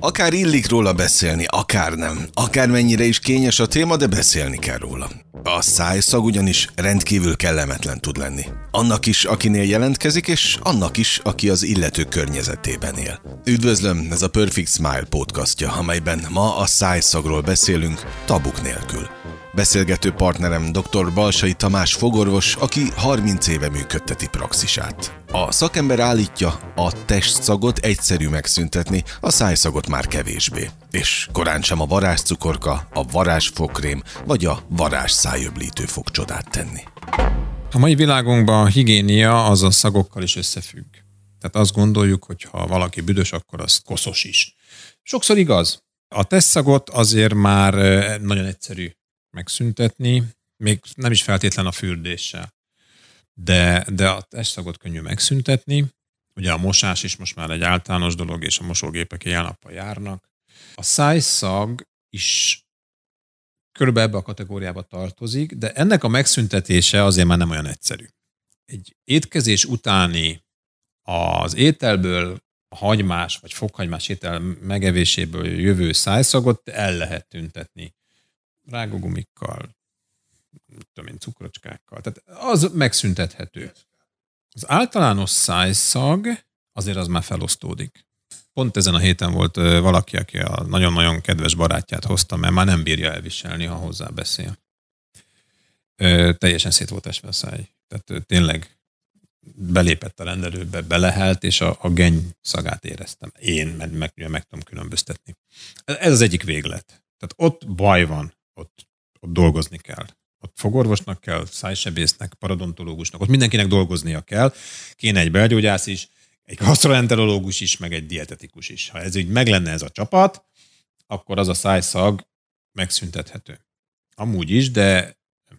Akár illik róla beszélni, akár nem. Akármennyire is kényes a téma, de beszélni kell róla. A szájszag ugyanis rendkívül kellemetlen tud lenni. Annak is, akinél jelentkezik, és annak is, aki az illető környezetében él. Üdvözlöm, ez a Perfect Smile podcastja, amelyben ma a szájszagról beszélünk tabuk nélkül. Beszélgető partnerem dr. Balsai Tamás fogorvos, aki 30 éve működteti praxisát. A szakember állítja, a testszagot egyszerű megszüntetni, a szájszagot már kevésbé. És korán sem a varázscukorka, a varázsfogkrém vagy a varázsszájöblítő fog csodát tenni. A mai világunkban a higiénia az a szagokkal is összefügg. Tehát azt gondoljuk, hogy ha valaki büdös, akkor az koszos is. Sokszor igaz. A testszagot azért már nagyon egyszerű megszüntetni, még nem is feltétlen a fürdéssel. De a testszagot könnyű megszüntetni. Ugye a mosás is most már egy általános dolog, és a mosógépek éjjel-nappal járnak. A szájszag is körülbelül ebbe a kategóriába tartozik, de ennek a megszüntetése azért már nem olyan egyszerű. Egy étkezés utáni az ételből a hagymás vagy fokhagymás étel megevéséből jövő szájszagot el lehet tüntetni. Rágógumikkal, cukrocskákkal. Tehát az megszüntethető. Az általános szájszag azért az már felosztódik. Pont ezen a héten volt valaki, aki a nagyon-nagyon kedves barátját hozta, mert már nem bírja elviselni, ha hozzá beszél. Teljesen szét volt esve a száj. Tehát tényleg belépett a rendelőbe, belehelt, és a geny szagát éreztem. Én, mert meg tudom különböztetni. Ez az egyik véglet. Tehát ott baj van, ott dolgozni kell. Ott fogorvosnak kell, szájsebésznek, parodontológusnak, ott mindenkinek dolgoznia kell. Kéne egy belgyógyász is, egy gastroenterológus is, meg egy dietetikus is. Ha ez így meg lenne ez a csapat, akkor az a szájszag megszüntethető. Amúgy is, de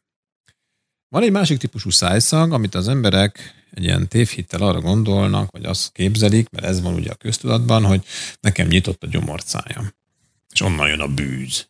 van egy másik típusú szájszag, amit az emberek egy ilyen tévhittel arra gondolnak, vagy azt képzelik, mert ez van ugye a köztudatban, hogy nekem nyitott a gyomorcájam. És onnan jön a bűz.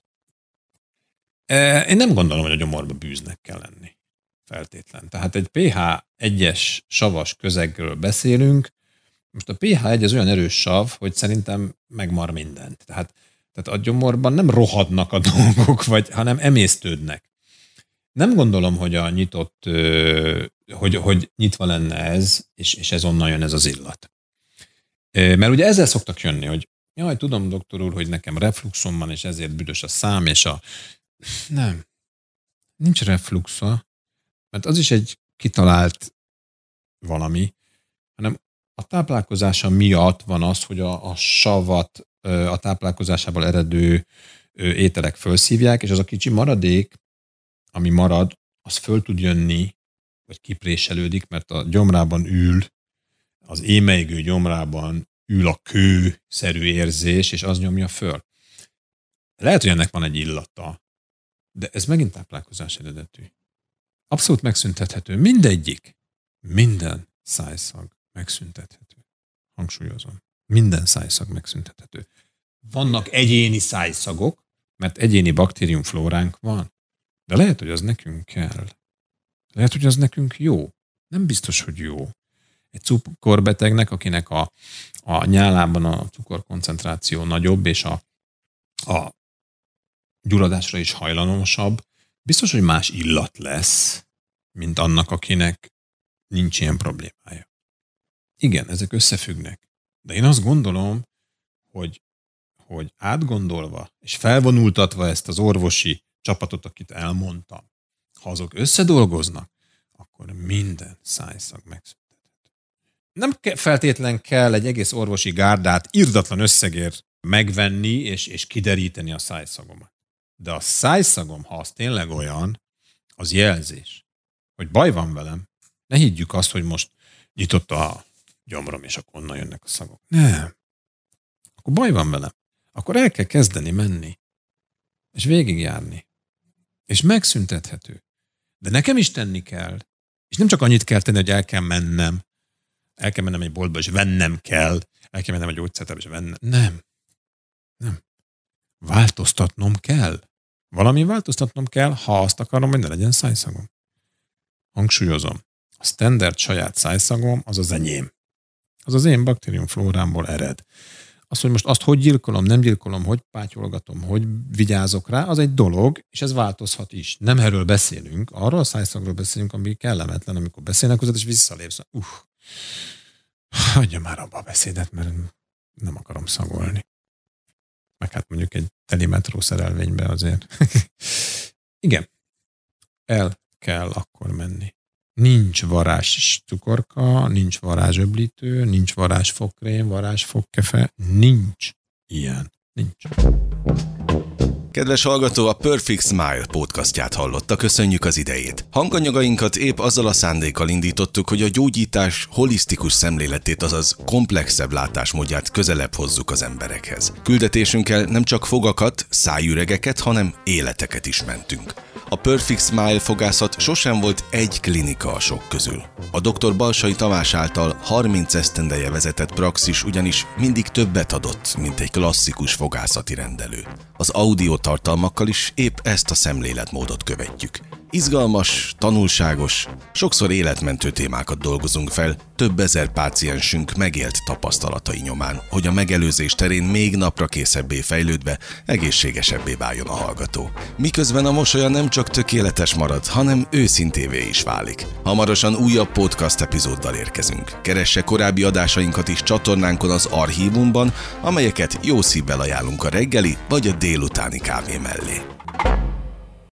Én nem gondolom, hogy a gyomorba bűznek kell lenni. Feltétlen. Tehát egy pH 1-es savas közegről beszélünk. Most a pH 1 az olyan erős sav, hogy szerintem megmar mindent. Tehát a gyomorban nem rohadnak a dolgok, hanem emésztődnek. Nem gondolom, hogy a nyitott, hogy nyitva lenne ez, és ez onnan jön ez az illat. Mert ugye ezzel szoktak jönni, hogy jaj, tudom, doktor úr, hogy nekem refluxom van, és ezért büdös a szám, és Nem. Nincs refluxa, mert az is egy kitalált valami, hanem a táplálkozása miatt van az, hogy a savat a táplálkozásából eredő ételek felszívják, és az a kicsi maradék, ami marad, az föl tud jönni, vagy kipréselődik, mert a gyomrában ül, az émelygő gyomrában ül a kőszerű érzés, és az nyomja föl. Lehet, hogy ennek van egy illata, de ez megint táplálkozás eredetű. Abszolút megszüntethető. Mindegyik. Minden szájszag megszüntethető. Hangsúlyozom. Minden szájszag megszüntethető. Vannak egyéni szájszagok, mert egyéni baktériumflóránk van, de lehet, hogy az nekünk kell. Lehet, hogy az nekünk jó. Nem biztos, hogy jó. Egy cukorbetegnek, akinek a nyálában a cukorkoncentráció nagyobb, és a gyulladásra is hajlamosabb, biztos, hogy más illat lesz, mint annak, akinek nincs ilyen problémája. Igen, ezek összefüggnek. De én azt gondolom, hogy átgondolva, és felvonultatva ezt az orvosi csapatot, akit elmondtam, ha azok összedolgoznak, akkor minden szájszag megszüntethető. Nem feltétlen kell egy egész orvosi gárdát irdatlan összegért megvenni, és kideríteni a szájszagomat. De a szájszagom, ha az tényleg olyan, az jelzés, hogy baj van velem. Ne higgyük azt, hogy most nyitott a gyomrom, és akkor onnan jönnek a szagok. Nem. Akkor baj van velem. Akkor el kell kezdeni menni. És végigjárni. És megszüntethető. De nekem is tenni kell. És nem csak annyit kell tenni, hogy el kell mennem. El kell mennem egy boltba, és vennem kell. El kell mennem egy gyógyszertárba, és vennem. Nem. Változtatnom kell. Valami változtatnom kell, ha azt akarom, hogy ne legyen szájszagom. Hangsúlyozom. A standard saját szájszagom az az enyém. Az az én baktériumflórámból ered. Az, hogy most azt hogy gyilkolom, nem gyilkolom, hogy pátyolgatom, hogy vigyázok rá, az egy dolog, és ez változhat is. Nem erről beszélünk, arról a szájszagról beszélünk, ami kellemetlen, amikor beszélnek hozzá, és visszalépsz. Hagyja már abba a beszédet, mert nem akarom szagolni. Meg hát mondjuk egy teli metró szerelvénybe azért. Igen, el kell akkor menni. Nincs varázs cukorka, nincs varázsöblítő, nincs varázsfogkrém, varázsfogkefe, nincs ilyen. Nincs. Kedves hallgató, a Perfect Smile podcastját hallotta, köszönjük az idejét. Hanganyagainkat épp azzal a szándékkal indítottuk, hogy a gyógyítás holisztikus szemléletét, azaz komplexebb látásmódját közelebb hozzuk az emberekhez. Küldetésünkkel nem csak fogakat, szájüregeket, hanem életeket is mentünk. A Perfect Smile fogászat sosem volt egy klinika a sok közül. A dr. Balsai Tamás által 30 esztendeje vezetett praxis ugyanis mindig többet adott, mint egy klasszikus fogászati rendelő. Az audio tartalmakkal is épp ezt a szemléletmódot követjük. Izgalmas, tanulságos, sokszor életmentő témákat dolgozunk fel, több ezer páciensünk megélt tapasztalatai nyomán, hogy a megelőzés terén még napra készebbé fejlődve egészségesebbé váljon a hallgató. Miközben a mosolya nem csak tökéletes marad, hanem őszintévé is válik. Hamarosan újabb podcast epizóddal érkezünk. Keresse korábbi adásainkat is csatornánkon az archívumban, amelyeket jó szívvel ajánlunk a reggeli vagy a délutáni kávé mellé.